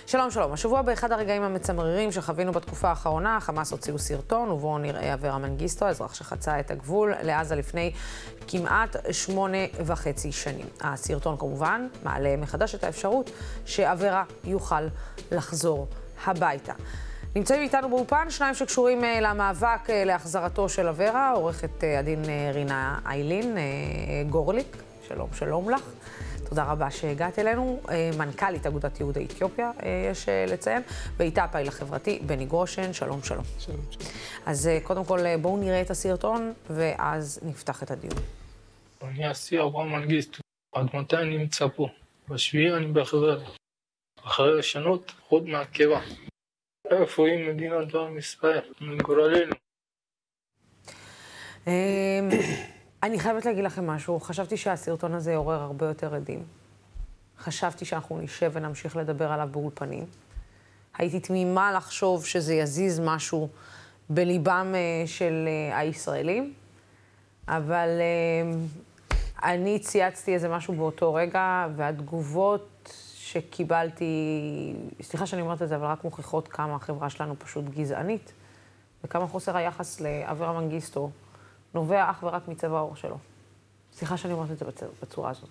שלום, שלום. השבוע באחד הרגעים המצמררים שחווינו בתקופה האחרונה, חמאס הוציאו סרטון, ובו נראה אברה מנגיסטו, האזרח שחצה את הגבול לעזה לפני כמעט 8.5 שנים. הסרטון כמובן מעלה מחדש את האפשרות שאברה יוכל לחזור הביתה. נמצאים איתנו באופן שניים שקשורים למאבק להחזרתו של אברה, עורכת הדין רינה איילין גורליק. שלום, שלום לך. תודה רבה שהגעת אלינו. מנכ"לית אגודת יהודי אתיופיה, יש לציין, ואיתה הפעיל החברתי בני גושן. שלום, שלום. שלום, שלום. אז קודם כל בואו נראה את הסרטון, ואז נפתח את הדיון. אני אסי אברה מנגיסטו. עד מתי אני נמצא פה? בשביעי אני בחזרה. אחרי לשנות חוד מהקבע. איפה היא מדינת עם ישראל? מגורלנו. אני חייבת להגיד לכם משהו. חשבתי שהסרטון הזה יעורר הרבה יותר עדים. חשבתי שאנחנו נשב ונמשיך לדבר עליו באולפנים. הייתי תמימה לחשוב שזה יזיז משהו בליבם של הישראלים, אבל אני צייצתי איזה משהו באותו רגע, והתגובות שקיבלתי, סליחה שאני אומרת את זה, אבל רק מוכיחות כמה החברה שלנו פשוט גזענית, וכמה חוסר היחס לאברה מנגיסטו נובע אך ורק מצבע העור שלו. סליחה שאני אומרת את זה בצורה הזאת.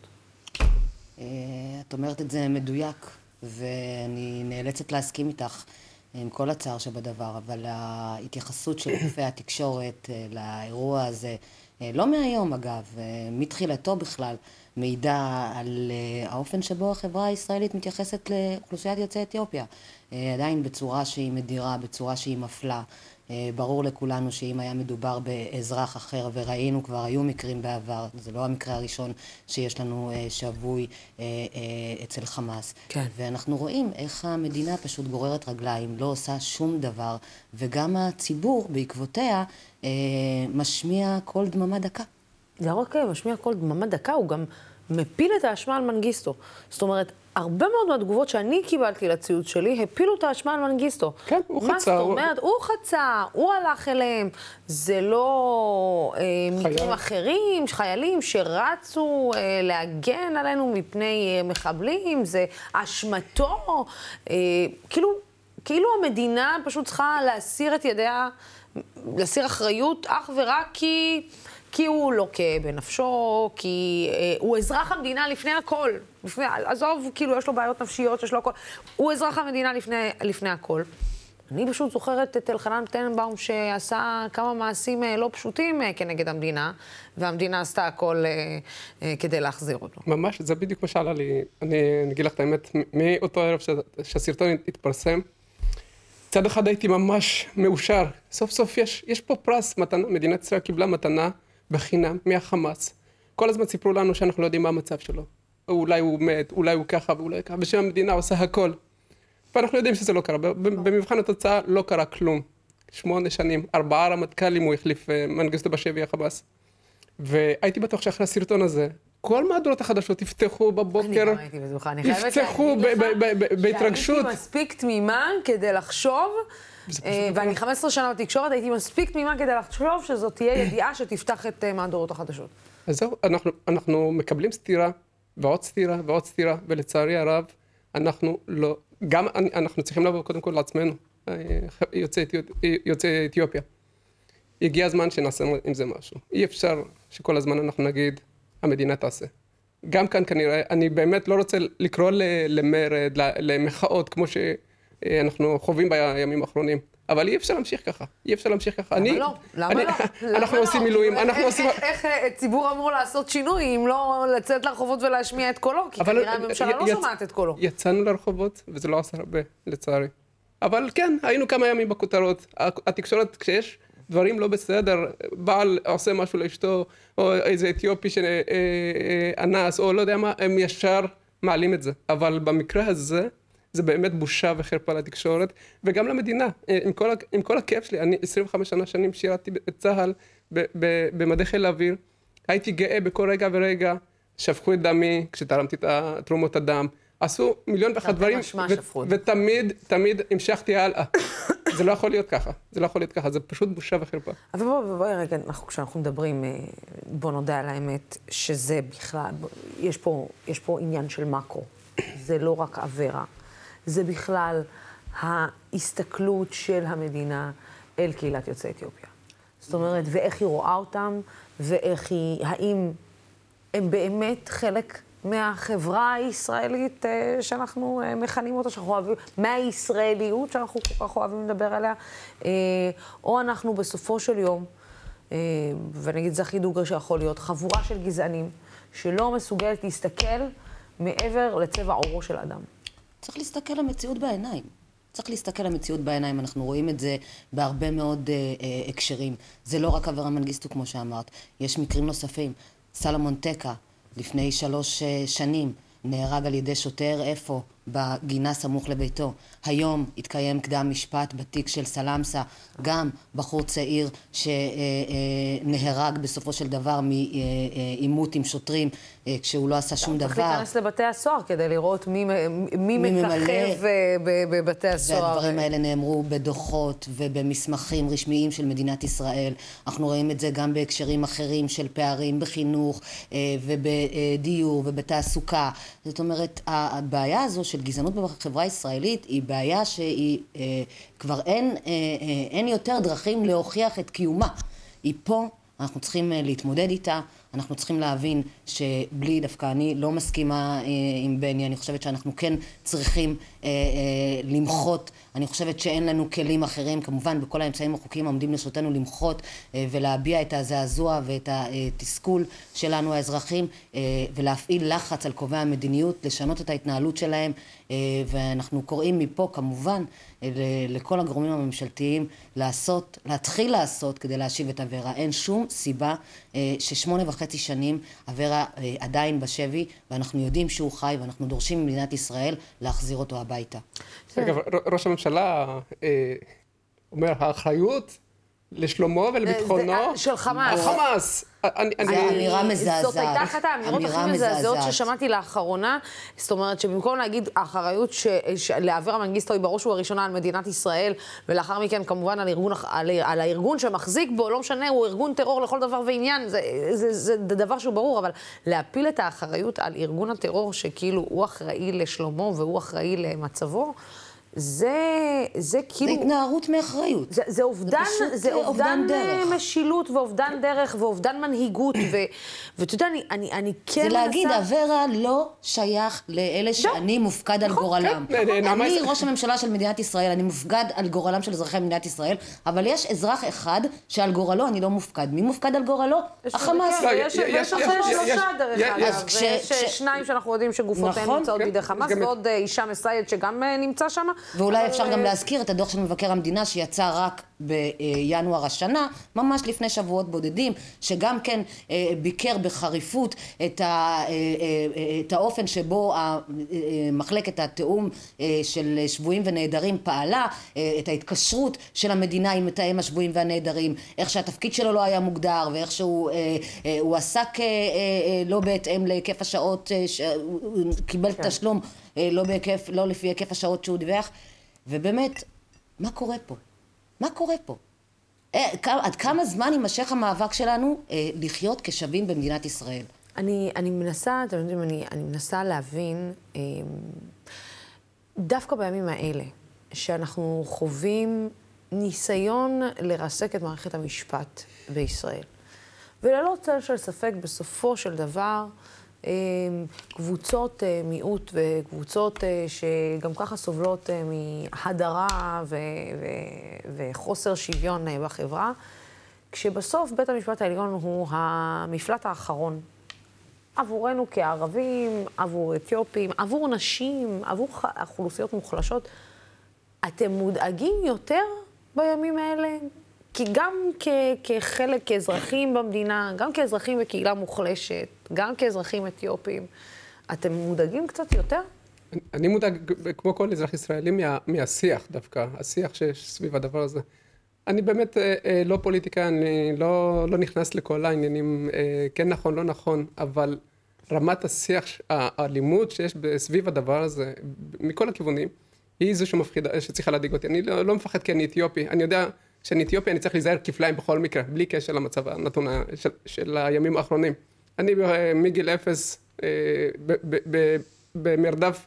את אומרת את זה מדויק, ואני נאלצת להסכים איתך עם כל הצער שבדבר, אבל ההתייחסות של גופי התקשורת לאירוע הזה, לא מהיום אגב, מתחילתו בכלל, מעידה על האופן שבו החברה הישראלית מתייחסת לאוכלוסיית יוצאי אתיופיה. עדיין בצורה שהיא מדירה, בצורה שהיא מפלה. ברור לכולנו שאם היה מדובר באזרח אחר, וראינו כבר, היו מקרים בעבר, זה לא המקרה הראשון שיש לנו שבוי אצל חמאס. כן. ואנחנו רואים איך המדינה פשוט גוררת רגליים, לא עושה שום דבר, וגם הציבור בעקבותיה משמיע כל דממה דקה. זה לא רק משמיע כל דממה דקה, הוא גם מפיל את האשמה על מנגיסטו. זאת אומרת, הרבה מאוד מהתגובות שאני קיבלתי לציוץ שלי, הפילו את האשמה על מנגיסטו. כן, הוא חצה. מה זאת אומרת? הוא חצה, הוא הלך אליהם. זה לא מקרים אחרים, חיילים שרצו להגן עלינו מפני מחבלים, זה אשמתו. כאילו המדינה פשוט צריכה להסיר את ידיה, להסיר אחריות אך ורק כי הוא לוקה בנפשו, כי הוא אזרח המדינה לפני הכל. עזוב, כאילו יש לו בעיות נפשיות, יש לו הכל. הוא אזרח המדינה לפני הכל. אני פשוט זוכרת את אלחנן טננבאום שעשה כמה מעשים לא פשוטים כנגד המדינה, והמדינה עשתה הכל כדי להחזיר אותו. ממש, זה בדיוק מה שעלה לי. אני אגיד לך את האמת, מאותו ערב שהסרטון התפרסם, צד אחד הייתי ממש מאושר. סוף סוף יש פה פרס, מתנה, מדינת ישראל קיבלה מתנה בחינם מהחמאס. כל הזמן סיפרו לנו שאנחנו לא יודעים מה המצב שלו. אולי הוא מת, אולי הוא ככה ואולי ככה, ושם המדינה עושה הכל. ואנחנו יודעים שזה לא קרה. במבחן התוצאה לא קרה כלום. 8 שנים, 4 רמטכ"לים הוא החליף מנגיסטו בשבי החמאס. והייתי בטוח שאחרי הסרטון הזה, כל מהדורות החדשות יפתחו בבוקר, אני גם הייתי בטוחה, אני חייבת יפתחו בהתרגשות. שהייתי מספיק תמימה כדי לחשוב, ואני 15 שנה בתקשורת, הייתי מספיק תמימה כדי לחשוב שזאת תהיה ידיעה שתפתח את מהדורות החדשות. אז זהו, אנחנו מקבלים סתירה, ועוד סתירה, ועוד סתירה, ולצערי הרב, אנחנו לא, גם אנחנו צריכים לבוא קודם כל לעצמנו, יוצאי אתיופיה. הגיע הזמן שנעשה עם זה משהו. אי אפשר שכל הזמן אנחנו נגיד, המדינה תעשה. גם כאן כנראה, אני באמת לא רוצה לקרוא למרד, למחאות, כמו שאנחנו חווים בימים האחרונים. אבל אי אפשר להמשיך ככה. אי אפשר להמשיך ככה. למה לא? למה לא? אנחנו עושים מילואים, אנחנו עושים... איך ציבור אמור לעשות שינוי אם לא לצאת לרחובות ולהשמיע את קולו? כי כנראה הממשלה לא שומעת את קולו. יצאנו לרחובות, וזה לא עשה הרבה, לצערי. אבל כן, היינו כמה ימים בכותרות. התקשורת, כשיש דברים לא בסדר, בעל עושה משהו לאשתו, או איזה אתיופי שאנס, או לא יודע מה, הם ישר מעלים את זה. אבל במקרה הזה, זה באמת בושה וחרפה לתקשורת, וגם למדינה. עם כל הכיף שלי, אני 25 שנים שירתי בצה"ל, במדי חיל האוויר, הייתי גאה בכל רגע ורגע, שפכו את דמי, כשתרמתי את תרומות הדם, עשו מיליון ואחת דברים, ותמיד המשכתי הלאה. זה לא יכול להיות ככה, זה פשוט בושה וחרפה. אבל בואי רגע, כשאנחנו מדברים, בוא נודע על האמת, שזה בכלל, יש פה עניין של מקרו, זה לא רק עבירה. זה בכלל ההסתכלות של המדינה אל קהילת יוצאי אתיופיה. זאת אומרת, ואיך היא רואה אותם, ואיך היא, האם הם באמת חלק מהחברה הישראלית שאנחנו מכנים אותה, שאנחנו אוהבים, מהישראליות שאנחנו כל כך אוהבים לדבר עליה, או אנחנו בסופו של יום, ונגיד זה הכי דוגרי שיכול להיות, חבורה של גזענים שלא מסוגלת להסתכל מעבר לצבע עורו של אדם. צריך להסתכל למציאות בעיניים. צריך להסתכל למציאות בעיניים, אנחנו רואים את זה בהרבה מאוד הקשרים. זה לא רק אברה מנגיסטו כמו שאמרת, יש מקרים נוספים. סלומון טקה, לפני 3 שנים, נהרג על ידי שוטר איפה? בגינה סמוך לביתו. היום התקיים קדם משפט בתיק של סלמסה, גם בחור צעיר שנהרג בסופו של דבר מעימות עם שוטרים, כשהוא לא עשה שום דבר. צריך להיכנס לבתי הסוהר כדי לראות מי מככב בבתי הסוהר. והדברים האלה נאמרו בדוחות ובמסמכים רשמיים של מדינת ישראל. אנחנו רואים את זה גם בהקשרים אחרים של פערים בחינוך ובדיור ובתעסוקה. זאת אומרת, הבעיה הזו של גזענות בחברה הישראלית היא בעיה שהיא כבר אין יותר דרכים להוכיח את קיומה. היא פה, אנחנו צריכים להתמודד איתה, אנחנו צריכים להבין שבלי, דווקא אני לא מסכימה עם בני, אני חושבת שאנחנו כן צריכים למחות, אני חושבת שאין לנו כלים אחרים, כמובן בכל האמצעים החוקיים העומדים לרשותנו למחות ולהביע את הזעזוע ואת התסכול שלנו האזרחים, ולהפעיל לחץ על קובעי המדיניות, לשנות את ההתנהלות שלהם, ואנחנו קוראים מפה כמובן לכל הגורמים הממשלתיים להתחיל לעשות כדי להשיב את אברה. אין שום סיבה ש8.5 שנים אברה עדיין בשבי, ואנחנו יודעים שהוא חי, ואנחנו דורשים ממדינת ישראל להחזיר אותו הביתה. אגב, ראש הממשלה אומר, האחריות לשלומו ולביטחונו של חמאס. חמאס. זה אמירה מזעזעת. זאת הייתה אחת האמירות הכי מזעזעות ששמעתי לאחרונה. זאת אומרת שבמקום להגיד האחריות לאברה מנגיסטו היא בראש ובראשונה על מדינת ישראל, ולאחר מכן כמובן על הארגון שמחזיק בו, לא משנה, הוא ארגון טרור לכל דבר ועניין, זה דבר שהוא ברור, אבל להפיל את האחריות על ארגון הטרור שכאילו הוא אחראי לשלומו והוא אחראי למצבו, זה כאילו... זה התנערות מאחריות. זה אובדן משילות ואובדן דרך ואובדן מנהיגות, ואתה יודע, אני כן מנסה... זה להגיד, אברה לא שייך לאלה שאני מופקד על גורלם. אני ראש הממשלה של מדינת ישראל, אני מופקד על גורלם של אזרחי מדינת ישראל, אבל יש אזרח אחד שעל גורלו אני לא מופקד. מי מופקד על גורלו? החמאס. יש אחרי 3 דרך אגב, ויש 2 שאנחנו יודעים שגופותיהם נמצאות בידי חמאס, ועוד אישה מסייד שגם נמצא שם. ואולי אפשר גם להזכיר את הדוח של מבקר המדינה שיצא רק בינואר השנה, ממש לפני שבועות בודדים, שגם כן ביקר בחריפות את האופן שבו מחלקת התאום של שבויים ונעדרים פעלה, את ההתקשרות של המדינה עם מתאם השבויים והנעדרים, איך שהתפקיד שלו לא היה מוגדר, ואיך שהוא עסק לא בהתאם להיקף השעות, הוא קיבל תשלום לא לפי היקף השעות שהוא דיווח, ובאמת, מה קורה פה? מה קורה פה? עד כמה זמן יימשך המאבק שלנו לחיות כשווים במדינת ישראל? אני מנסה, אתם יודעים, אני מנסה להבין, דווקא בימים האלה, שאנחנו חווים ניסיון לרסק את מערכת המשפט בישראל. וללא צל של ספק, בסופו של דבר, קבוצות מיעוט וקבוצות שגם ככה סובלות מהדרה וחוסר שוויון בחברה, כשבסוף בית המשפט העליון הוא המפלט האחרון עבורנו כערבים, עבור אתיופים, עבור נשים, עבור אוכלוסיות מוחלשות. אתם מודאגים יותר בימים האלה? כי גם כחלק, כאזרחים במדינה, גם כאזרחים בקהילה מוחלשת, גם כאזרחים אתיופים, אתם מודאגים קצת יותר? אני מודאג, כמו כל אזרח ישראלי, מהשיח דווקא, השיח שסביב הדבר הזה. אני באמת לא פוליטיקה, אני לא נכנס לכל העניינים, כן נכון, לא נכון, אבל רמת השיח, האלימות שיש סביב הדבר הזה, מכל הכיוונים, היא זו שצריכה להדאיג אותי. אני לא מפחד כי אני אתיופי, אני יודע שאני אתיופי, אני צריך להיזהר כפליים בכל מקרה, בלי קשר למצב הנתון של הימים האחרונים. אני מגיל 0 במרדף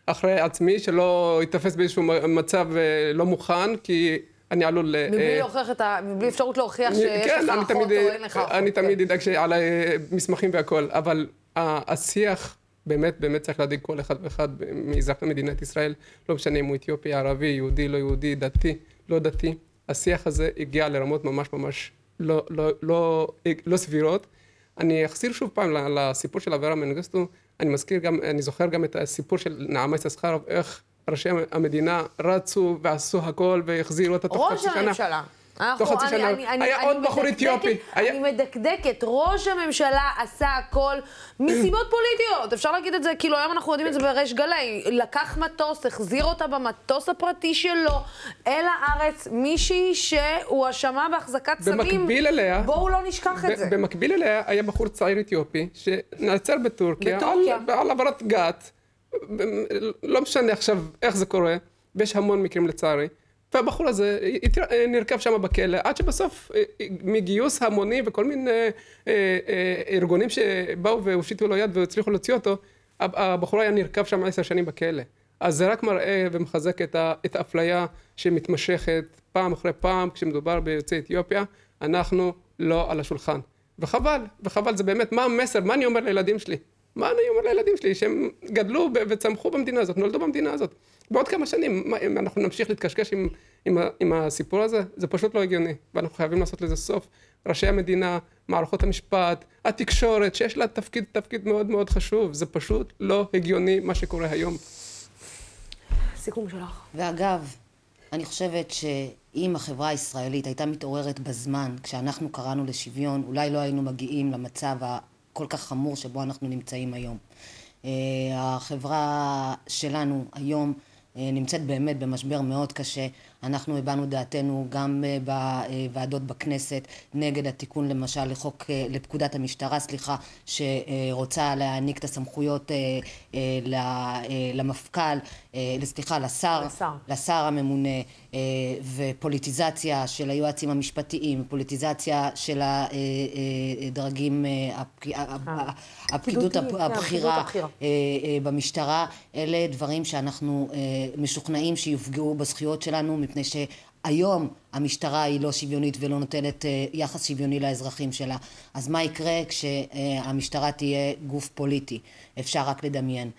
אחרי עצמי, שלא יתפס באיזשהו מצב לא מוכן, כי אני עלול... מבלי אפשרות להוכיח שיש לך אחות או אין לך אחות. אני תמיד אדאג על המסמכים והכל, אבל השיח באמת צריך להדאיג כל אחד ואחד מאזרחי מדינת ישראל, לא משנה אם הוא אתיופי, ערבי, יהודי, לא יהודי, דתי, לא דתי. השיח הזה הגיע לרמות ממש לא סבירות. אני אחזיר שוב פעם לסיפור של אברה מנגיסטו, אני זוכר גם את הסיפור של נעמה יששכרוב, איך ראשי המדינה רצו ועשו הכל והחזירו אותה תוך חצי שנה. ראש הממשלה. תוך חצי שנה. היה עוד בחור אתיופי. אני מדקדקת, ראש הממשלה עשה הכל מסיבות פוליטיות. אפשר להגיד את זה, כאילו היום אנחנו יודעים את זה בריש גלי. לקח מטוס, החזיר אותה במטוס הפרטי שלו אל הארץ, מישהי שהוא אשמה בהחזקת סמים. במקביל אליה, בואו לא נשכח את זה. במקביל אליה היה בחור צעיר אתיופי שנעצר בטורקיה על עברת גת. לא משנה עכשיו איך זה קורה, ויש המון מקרים לצערי. והבחור הזה נרכב שם בכלא, עד שבסוף מגיוס המוני וכל מיני ארגונים שבאו והושיטו לו יד והצליחו להוציא אותו, הבחור היה נרכב שם 10 שנים בכלא. אז זה רק מראה ומחזק את האפליה שמתמשכת פעם אחרי פעם, כשמדובר ביוצאי אתיופיה, אנחנו לא על השולחן. וחבל זה באמת, מה המסר, מה אני אומר לילדים שלי? מה אני אומר לילדים שלי שהם גדלו וצמחו במדינה הזאת, נולדו במדינה הזאת? בעוד כמה שנים, אם אנחנו נמשיך להתקשקש עם הסיפור הזה, זה פשוט לא הגיוני, ואנחנו חייבים לעשות לזה סוף. ראשי המדינה, מערכות המשפט, התקשורת, שיש לה תפקיד מאוד מאוד חשוב, זה פשוט לא הגיוני מה שקורה היום. סיכום שלך. ואגב, אני חושבת שאם החברה הישראלית הייתה מתעוררת בזמן, כשאנחנו קראנו לשוויון, אולי לא היינו מגיעים למצב כל כך חמור שבו אנחנו נמצאים היום. החברה שלנו היום נמצאת באמת במשבר מאוד קשה. אנחנו הבענו דעתנו גם בוועדות בכנסת נגד התיקון למשל לפקודת המשטרה, שרוצה להעניק את הסמכויות למפכ"ל, לשר הממונה, ופוליטיזציה של היועצים המשפטיים, פוליטיזציה של הדרגים, הפקידות הבכירה במשטרה. אלה דברים שאנחנו משוכנעים שיפגעו בזכויות שלנו, מפני שהיום המשטרה היא לא שוויונית ולא נותנת יחס שוויוני לאזרחים שלה. אז מה יקרה כשהמשטרה תהיה גוף פוליטי? אפשר רק לדמיין.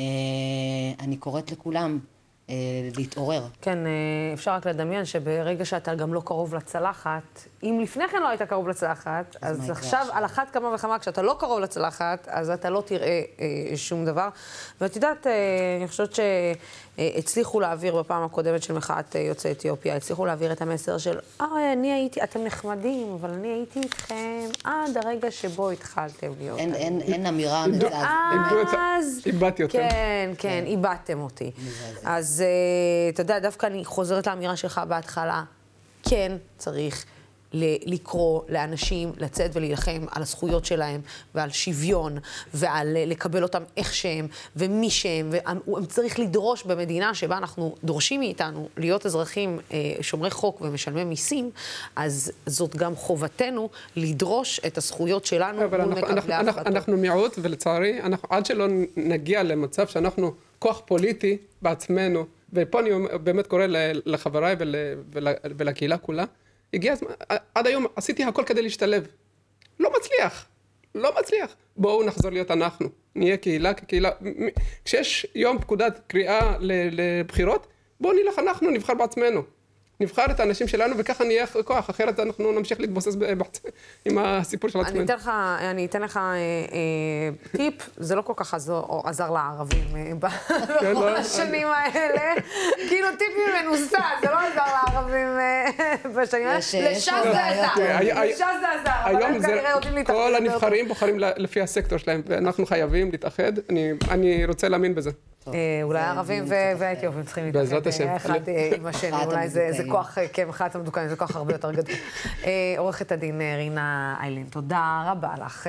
אני קוראת לכולם להתעורר. כן, אפשר רק לדמיין שברגע שאתה גם לא קרוב לצלחת, אם לפני כן לא היית קרוב לצלחת, אז עכשיו על אחת כמה וכמה, כשאתה לא קרוב לצלחת, אז אתה לא תראה שום דבר. ואת יודעת, אני חושבת שהצליחו להעביר בפעם הקודמת של מחאת יוצאי אתיופיה, הצליחו להעביר את המסר של, אני הייתי, אתם נחמדים, אבל אני הייתי איתכם עד הרגע שבו התחלתם להיות. אין אמירה אז... איבדתי אותם. כן, איבדתם אותי. אז אתה יודע, דווקא אני חוזרת לאמירה שלך בהתחלה, כן צריך לקרוא לאנשים לצאת ולהילחם על הזכויות שלהם ועל שוויון ועל לקבל אותם איך שהם ומי שהם, והם צריך לדרוש במדינה שבה אנחנו דורשים מאיתנו להיות אזרחים שומרי חוק ומשלמי מיסים, אז זאת גם חובתנו לדרוש את הזכויות שלנו מול מקבלי ההחלטות. אנחנו מיעוט, ולצערי, עד שלא נגיע למצב שאנחנו כוח פוליטי בעצמנו, ופה אני באמת קורא לחבריי ולקהילה כולה, הגיע הזמן, עד היום עשיתי הכל כדי להשתלב. לא מצליח. בואו נחזור להיות אנחנו. נהיה קהילה כקהילה. כשיש יום פקודת קריאה לבחירות, בואו נלך אנחנו, נבחר בעצמנו. נבחר את האנשים שלנו וככה נהיה כוח, אחרת אנחנו נמשיך להתבוסס עם הסיפור של עצמנו. אני אתן לך טיפ, זה לא כל כך עזר לערבים בכל השנים האלה. כאילו טיפ מנוסה, זה לא עזר לערבים בשנים האלה. לש"ס זה עזר. היום כל הנבחרים בוחרים לפי הסקטור שלהם, ואנחנו חייבים להתאחד, אני רוצה להאמין בזה. אולי הערבים והאתיופים צריכים בעזרת השם. אחד עם השני, אולי זה כוח, כן, מחאת המדוכאים, זה כוח הרבה יותר גדול. עורכת הדין רינה איילין, תודה רבה לך.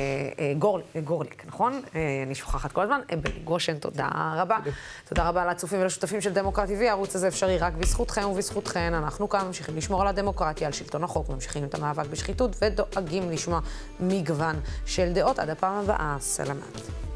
גורליק, נכון? אני שוכחת כל הזמן. בני גושן, תודה רבה. תודה רבה לצופים ולשותפים של דמוקרט TV. הערוץ הזה אפשרי רק בזכותכם ובזכותכן. אנחנו כאן ממשיכים לשמור על הדמוקרטיה, על שלטון החוק, ממשיכים את המאבק בשחיתות ודואגים לשמוע מגוון של דעות. עד הפעם הבאה, סלמת.